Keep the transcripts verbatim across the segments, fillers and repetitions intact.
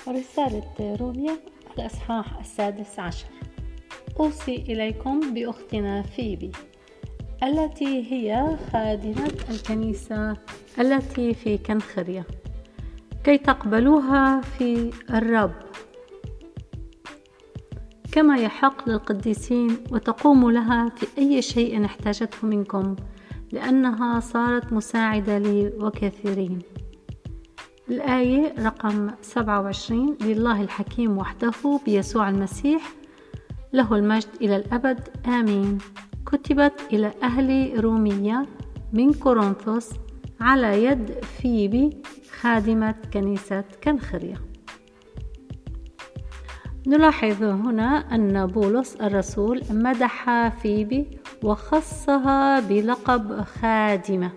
رسالة روميا الإصحاح السادس عشر. أوصي إليكم بأختنا فيبي التي هي خادمة الكنيسة التي في كنخرية، كي تقبلوها في الرب كما يحق للقديسين، وتقوموا لها في أي شيء احتاجته منكم، لأنها صارت مساعدة لي وكثيرين. الآية رقم سبعة وعشرين: لله الحكيم وحده بيسوع المسيح له المجد إلى الأبد آمين. كتبت إلى أهل رومية من كورنثوس على يد فيبي خادمة كنيسة كنخرية. نلاحظ هنا أن بولس الرسول مدح فيبي وخصها بلقب خادمة.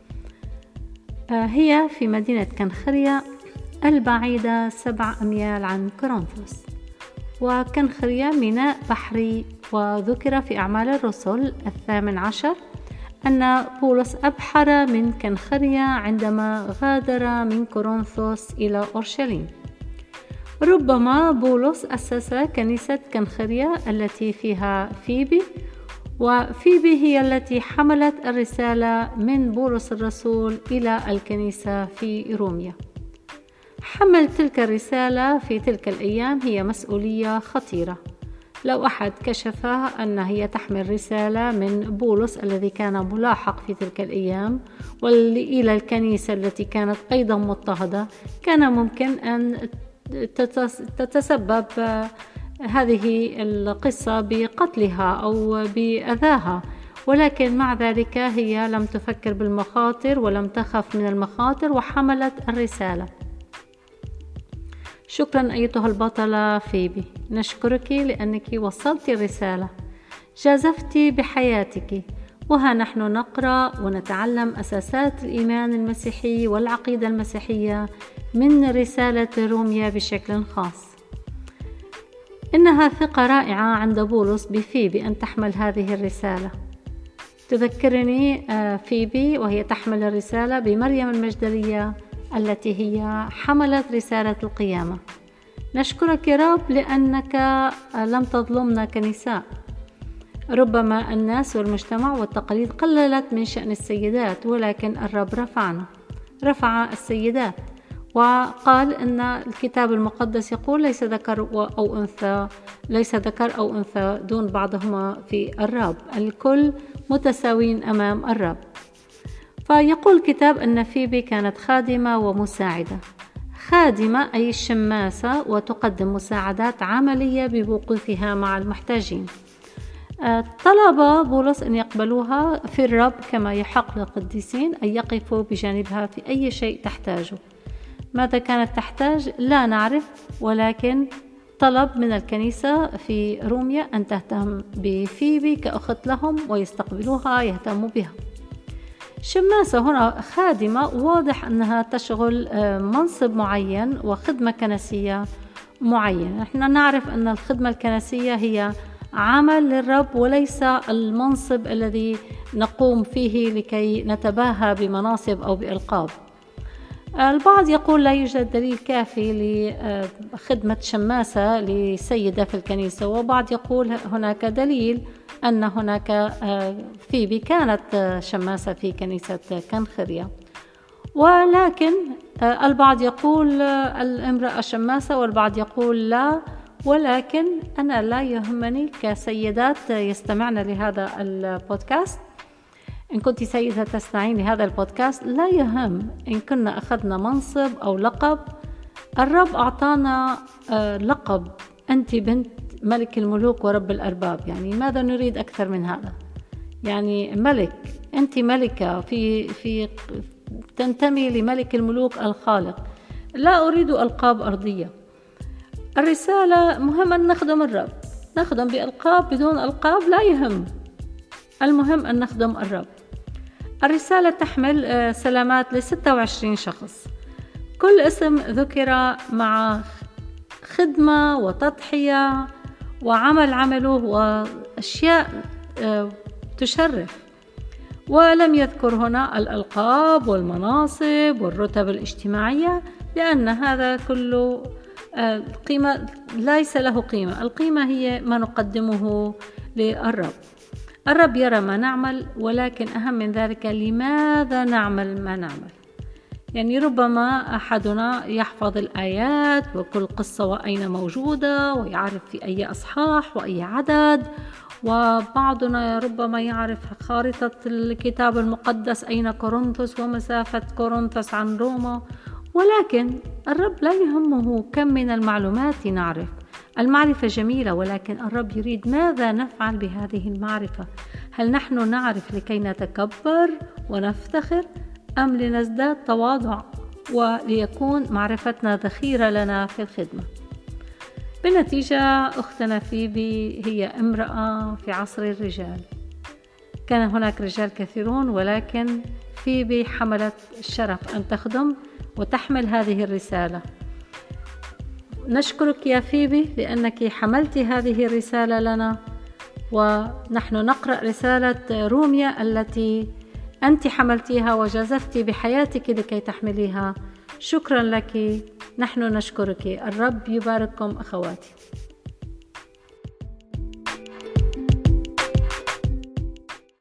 هي في مدينة كنخرية البعيدة سبع أميال عن كورنثوس، وكنخرية ميناء بحري. وذكر في أعمال الرسل الثامن عشر أن بولس أبحر من كنخرية عندما غادر من كورنثوس إلى أورشليم. ربما بولس أسس كنيسة كنخرية التي فيها فيبي، وفيبي هي التي حملت الرسالة من بولس الرسول إلى الكنيسة في روميا. حمل تلك الرسالة في تلك الأيام هي مسؤولية خطيرة. لو أحد كشف أن هي تحمل رسالة من بولس الذي كان ملاحق في تلك الأيام وإلى الكنيسة التي كانت أيضا مضطهدة، كان ممكن أن تتسبب هذه القصة بقتلها أو بأذاها، ولكن مع ذلك هي لم تفكر بالمخاطر ولم تخف من المخاطر وحملت الرسالة. شكرا أيتها البطلة فيبي، نشكرك لأنك وصلت الرسالة، جازفت بحياتك، وها نحن نقرأ ونتعلم أساسات الإيمان المسيحي والعقيدة المسيحية من رسالة روميا بشكل خاص. إنها ثقة رائعة عند بولس بفيبي أن تحمل هذه الرسالة. تذكرني فيبي وهي تحمل الرسالة بمريم المجدلية التي هي حملت رسالة القيامة. نشكرك يا رب لأنك لم تظلمنا كنساء. ربما الناس والمجتمع والتقاليد قللت من شأن السيدات، ولكن الرب رفعنا، رفع السيدات، وقال إن الكتاب المقدس يقول ليس ذكر أو أنثى ليس ذكر أو أنثى دون بعضهما في الرب، الكل متساوين أمام الرب. فيقول الكتاب أن فيبي كانت خادمة ومساعدة. خادمة أي شماسة، وتقدم مساعدات عملية بوقوفها مع المحتاجين. طلب بولس أن يقبلوها في الرب كما يحق للقديسين، أن يقفوا بجانبها في أي شيء تحتاجه. ماذا كانت تحتاج لا نعرف، ولكن طلب من الكنيسة في روميا أن تهتم بفيبي كأخت لهم ويستقبلوها، يهتموا بها. شماسة هنا خادمة، واضح أنها تشغل منصب معين وخدمة كنسية معينة. نحن نعرف أن الخدمة الكنسية هي عمل للرب وليس المنصب الذي نقوم فيه لكي نتباهى بمناصب أو بألقاب. البعض يقول لا يوجد دليل كافي لخدمة شماسة لسيدة في الكنيسة، وبعض يقول هناك دليل أن هناك فيبي كانت شماسة في كنيسة كنخرية، ولكن البعض يقول الامرأة شماسة والبعض يقول لا. ولكن أنا لا يهمني كسيدات يستمعن لهذا البودكاست، إن كنت سيدة تستمعين لهذا البودكاست، لا يهم إن كنا أخذنا منصب أو لقب. الرب أعطانا لقب أنت بنت ملك الملوك ورب الأرباب، يعني ماذا نريد أكثر من هذا؟ يعني ملك، أنت ملكة في في تنتمي لملك الملوك الخالق. لا أريد ألقاب أرضية. الرسالة مهم أن نخدم الرب، نخدم بألقاب بدون ألقاب لا يهم، المهم أن نخدم الرب. الرسالة تحمل سلامات ل ستة وعشرين شخص، كل اسم ذكر مع خدمة وتضحية وعمل عمله وأشياء تشرف. ولم يذكر هنا الألقاب والمناصب والرتب الاجتماعية، لأن هذا كله القيمة ليس له قيمة، القيمة هي ما نقدمه للرب. الرب يرى ما نعمل، ولكن أهم من ذلك لماذا نعمل ما نعمل. يعني ربما أحدنا يحفظ الآيات وكل قصة وأين موجودة، ويعرف في أي أصحاح وأي عدد، وبعضنا ربما يعرف خارطة الكتاب المقدس أين كورنثوس ومسافة كورنثوس عن روما، ولكن الرب لا يهمه كم من المعلومات نعرف. المعرفة جميلة، ولكن الرب يريد ماذا نفعل بهذه المعرفة. هل نحن نعرف لكي نتكبر ونفتخر، أم لنزداد تواضع وليكون معرفتنا ذخيرة لنا في الخدمة؟ بالنتيجة أختنا فيبي هي امرأة في عصر الرجال. كان هناك رجال كثيرون، ولكن فيبي حملت الشرف أن تخدم وتحمل هذه الرسالة. نشكرك يا فيبي لأنك حملت هذه الرسالة لنا، ونحن نقرأ رسالة روميا التي أنت حملتيها وجازفتِ بحياتك لكي تحمليها. شكرا لك، نحن نشكرك. الرب يبارككم أخواتي.